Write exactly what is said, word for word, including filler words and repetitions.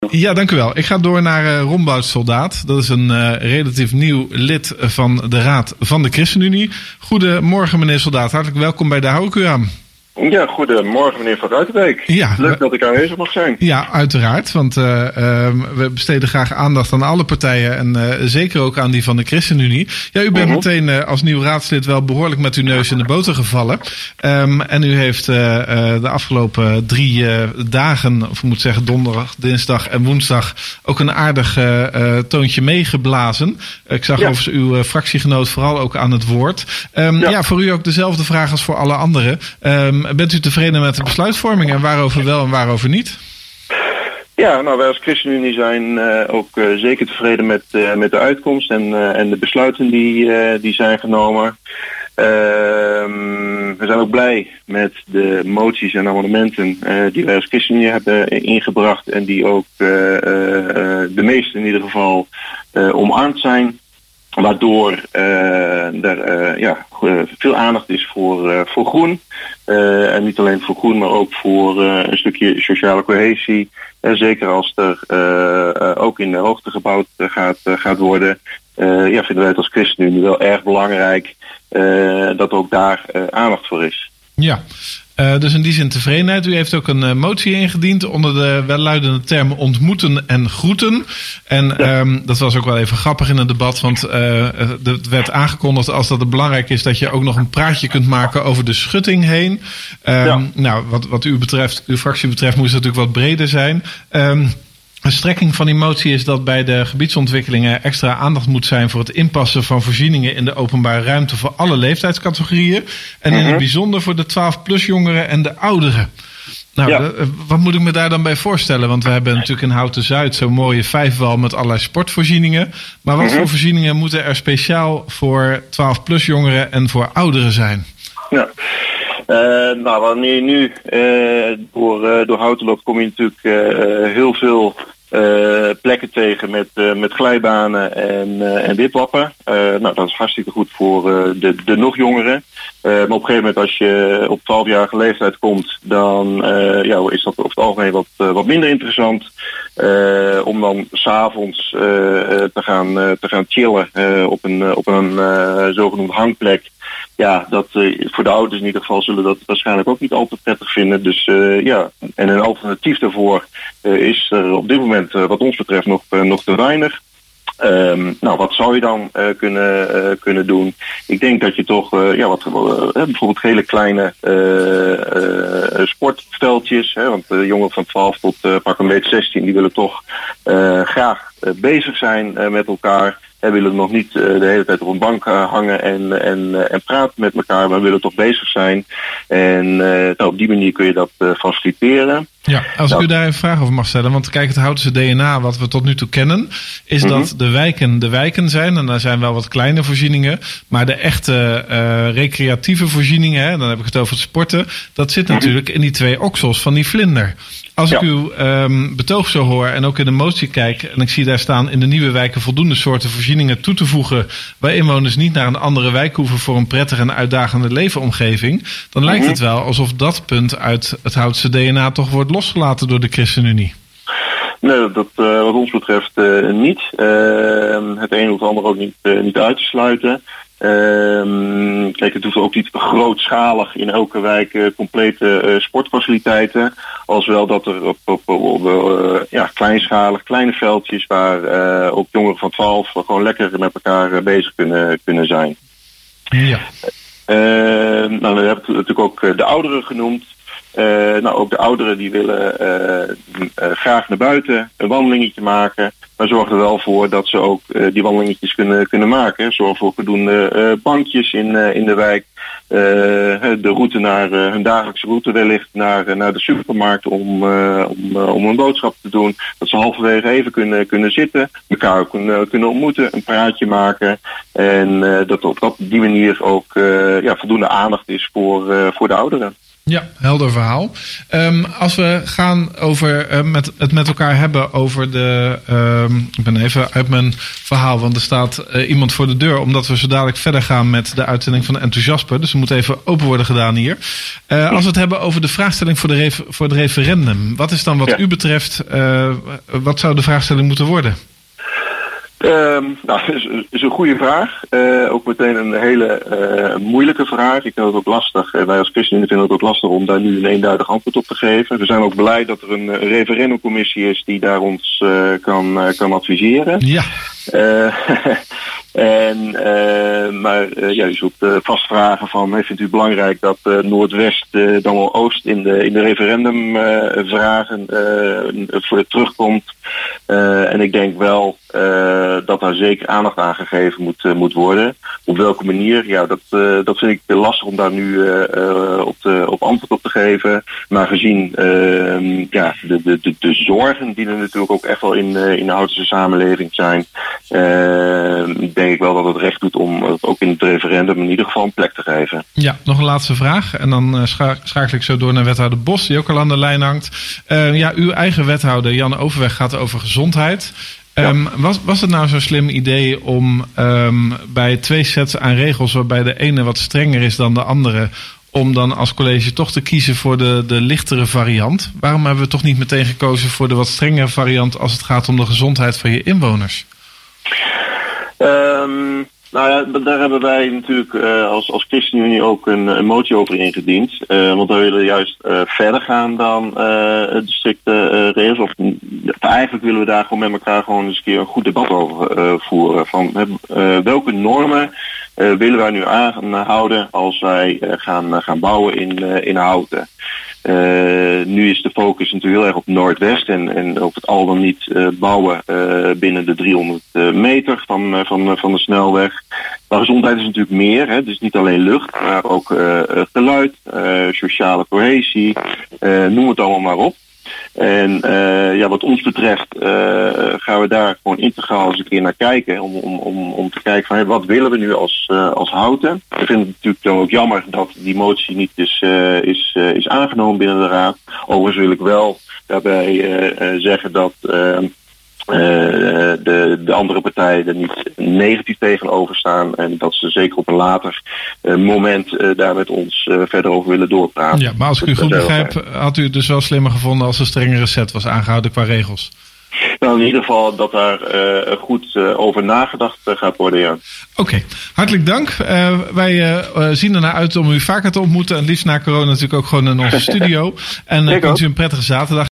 Ja, dank u wel. Ik ga door naar uh, Ron Bout-Soldaat. Dat is een uh, relatief nieuw lid van de Raad van de ChristenUnie. Goedemorgen, meneer Soldaat. Hartelijk welkom bij de Hou ik u aan. Ja, goedemorgen meneer Van Ruitenbeek. Ja, Leuk dat ik aanwezig mag zijn. Ja, uiteraard. Want uh, uh, we besteden graag aandacht aan alle partijen en uh, zeker ook aan die van de ChristenUnie. Ja, u bent uh-huh. meteen uh, als nieuw raadslid wel behoorlijk met uw neus in de boter gevallen. Um, en u heeft uh, uh, de afgelopen drie uh, dagen, of ik moet zeggen donderdag, dinsdag en woensdag, ook een aardig uh, uh, toontje meegeblazen. Ik zag ja. overigens uw uh, fractiegenoot vooral ook aan het woord. Um, ja. ja, voor u ook dezelfde vraag als voor alle anderen. Um, Bent u tevreden met de besluitvorming en waarover wel en waarover niet? Ja, nou wij als ChristenUnie zijn uh, ook uh, zeker tevreden met, uh, met de uitkomst en, uh, en de besluiten die, uh, die zijn genomen. Uh, we zijn ook blij met de moties en amendementen uh, die wij als ChristenUnie hebben ingebracht en die ook uh, uh, de meeste in ieder geval uh, omarmd zijn. Waardoor uh, er uh, ja, veel aandacht is voor, uh, voor groen. Uh, en niet alleen voor groen, maar ook voor uh, een stukje sociale cohesie. Uh, zeker als er uh, uh, ook in de hoogte gebouwd uh, gaat, uh, gaat worden. Uh, ja, vinden wij het als ChristenUnie wel erg belangrijk uh, dat ook daar uh, aandacht voor is. Ja. Uh, dus in die zin tevredenheid. U heeft ook een uh, motie ingediend onder de welluidende termen ontmoeten en groeten. En ja. um, dat was ook wel even grappig in het debat, want uh, het werd aangekondigd als dat het belangrijk is dat je ook nog een praatje kunt maken over de schutting heen. Um, ja. Nou, wat, wat u betreft, uw fractie betreft, moest het natuurlijk wat breder zijn. Um, Een strekking van die motie is dat bij de gebiedsontwikkelingen extra aandacht moet zijn voor het inpassen van voorzieningen in de openbare ruimte voor alle leeftijdscategorieën. En in het bijzonder voor de twaalf plus jongeren en de ouderen. Nou, ja. de, wat moet ik me daar dan bij voorstellen? Want we hebben natuurlijk in Houten-Zuid zo'n mooie vijfwal met allerlei sportvoorzieningen. Maar wat uh-huh. voor voorzieningen moeten er speciaal voor twaalf plus jongeren en voor ouderen zijn? Ja. Uh, nou, wanneer je nu uh, door, uh, door Houten loopt, kom je natuurlijk uh, heel veel uh, plekken tegen met, uh, met glijbanen en, uh, en wipwappen. Uh, nou, dat is hartstikke goed voor uh, de, de nog jongeren. Uh, maar op een gegeven moment als je op twaalfjarige leeftijd komt, dan uh, ja, is dat over het algemeen wat, uh, wat minder interessant. Uh, om dan s'avonds uh, te, gaan, uh, te gaan chillen uh, op een, uh, op een uh, zogenoemde hangplek. Ja, dat uh, voor de ouders in ieder geval zullen dat waarschijnlijk ook niet al te prettig vinden. Dus uh, ja, en een alternatief daarvoor uh, is er op dit moment uh, wat ons betreft nog, uh, nog te weinig. Um, nou, wat zou je dan uh, kunnen, uh, kunnen doen? Ik denk dat je toch uh, ja, wat, uh, bijvoorbeeld hele kleine uh, uh, sportveldjes, hè, want de jongeren van twaalf tot uh, pak een beetje zestien, die willen toch uh, graag uh, bezig zijn uh, met elkaar. We willen nog niet uh, de hele tijd op een bank uh, hangen en, en, uh, en praten met elkaar, maar we willen toch bezig zijn. En uh, nou, op die manier kun je dat uh, faciliteren. Ja, als nou, ik u daar een vraag over mag stellen, want kijk, het Houtense D N A wat we tot nu toe kennen, is mm-hmm. dat de wijken de wijken zijn. En daar zijn wel wat kleine voorzieningen, maar de echte uh, recreatieve voorzieningen, hè, dan heb ik het over het sporten, dat zit mm-hmm. natuurlijk in die twee oksels van die vlinder. Als ja. ik uw um, betoog zo hoor en ook in de motie kijk en ik zie daar staan in de nieuwe wijken voldoende soorten voorzieningen toe te voegen waar inwoners niet naar een andere wijk hoeven voor een prettige en uitdagende leefomgeving, dan lijkt het wel alsof dat punt uit het Houtse D N A toch wordt losgelaten door de ChristenUnie. Nee, dat uh, wat ons betreft uh, niet. Uh, het een of het ander ook niet, uh, niet uit te sluiten. Um, kijk, het hoeft ook niet grootschalig in elke wijk uh, complete uh, sportfaciliteiten. Als wel dat er op, op, op, op uh, ja, kleinschalig, kleine veldjes waar uh, ook jongeren van twaalf gewoon lekker met elkaar uh, bezig kunnen, kunnen zijn. Ja. Uh, nou, we hebben natuurlijk ook de ouderen genoemd. Uh, nou, ook de ouderen die willen uh, uh, graag naar buiten een wandelingetje maken. Maar zorg er wel voor dat ze ook uh, die wandelingetjes kunnen, kunnen maken. Zorg voor voldoende uh, bankjes in, uh, in de wijk. Uh, de route naar uh, hun dagelijkse route wellicht naar, uh, naar de supermarkt om, uh, om, uh, om een boodschap te doen. Dat ze halverwege even kunnen, kunnen zitten, elkaar kunnen, kunnen ontmoeten, een praatje maken. En uh, dat op die manier ook uh, ja, voldoende aandacht is voor, uh, voor de ouderen. Ja, helder verhaal. Um, als we gaan over uh, met, het met elkaar hebben over de... Um, ik ben even uit mijn verhaal, want er staat uh, iemand voor de deur, omdat we zo dadelijk verder gaan met de uitzending van Enthousiasme. Dus er moet even open worden gedaan hier. Uh, als we het hebben over de vraagstelling voor, de re- voor het referendum. Wat is dan wat ja. u betreft, uh, wat zou de vraagstelling moeten worden? Um, nou, dat is, is een goede vraag. Uh, ook meteen een hele uh, moeilijke vraag. Ik vind het ook lastig. Uh, wij als ChristenUnie vinden het ook lastig om daar nu een eenduidig antwoord op te geven. We zijn ook blij dat er een referendumcommissie is die daar ons uh, kan, uh, kan adviseren. Ja. Uh, en, uh, maar uh, ja, u zult uh, vast vragen van, hey, vindt u belangrijk dat uh, Noordwest uh, dan wel Oost in de, in de referendum uh, vragen uh, voor het terugkomt? Uh, en ik denk wel uh, dat daar zeker aandacht aan gegeven moet, uh, moet worden. Op welke manier? Ja, dat, uh, dat vind ik lastig om daar nu uh, uh, op, te, op antwoord op te geven. Maar gezien uh, ja, de, de, de, de zorgen die er natuurlijk ook echt wel in, uh, in de Houtense samenleving zijn, uh, denk ik wel dat het recht doet om uh, ook in het referendum in ieder geval een plek te geven. Ja, nog een laatste vraag. En dan uh, scha- schakel ik zo door naar wethouder Bos, die ook al aan de lijn hangt. Uh, ja, uw eigen wethouder, Jan Overweg, gaat over gezondheid. Um, ja. was, was het nou zo'n slim idee om um, bij twee sets aan regels, waarbij de ene wat strenger is dan de andere, om dan als college toch te kiezen voor de, de lichtere variant? Waarom hebben we toch niet meteen gekozen voor de wat strengere variant als het gaat om de gezondheid van je inwoners? Um, nou ja, daar hebben wij natuurlijk uh, als, als ChristenUnie ook een, een motie over ingediend. Uh, want we willen juist uh, verder gaan dan uh, de strikte uh, regels. Of, uh, eigenlijk willen we daar gewoon met elkaar gewoon eens een keer een goed debat over uh, voeren. Van uh, welke normen uh, willen wij nu aanhouden als wij uh, gaan, uh, gaan bouwen in, uh, in Houten? Uh, nu is de focus natuurlijk heel erg op Noordwest en, en op het al dan niet uh, bouwen uh, binnen de driehonderd uh, meter van, uh, van, uh, van de snelweg. Maar gezondheid is natuurlijk meer. Hè? Dus niet alleen lucht, maar ook uh, geluid, uh, sociale cohesie, uh, noem het allemaal maar op. En uh, ja, wat ons betreft uh, gaan we daar gewoon integraal eens een keer naar kijken. Om, om, om, om te kijken van hey, wat willen we nu als, uh, als Houten. We vinden het natuurlijk dan ook jammer dat die motie niet is, uh, is, uh, is aangenomen binnen de raad. Overigens wil ik wel daarbij uh, uh, zeggen dat uh, Uh, de, de andere partijen er niet negatief tegenover staan. En dat ze zeker op een later uh, moment uh, daar met ons uh, verder over willen doorpraten. Ja, maar als ik u goed begrijp, had u het dus wel slimmer gevonden als een strengere set was aangehouden qua regels? Nou, in ieder geval dat daar uh, goed uh, over nagedacht uh, gaat worden, ja. Oké, okay. Hartelijk dank. Uh, wij uh, zien ernaar uit om u vaker te ontmoeten. En liefst na corona natuurlijk ook gewoon in onze studio. En uh, ik wens u een prettige zaterdag.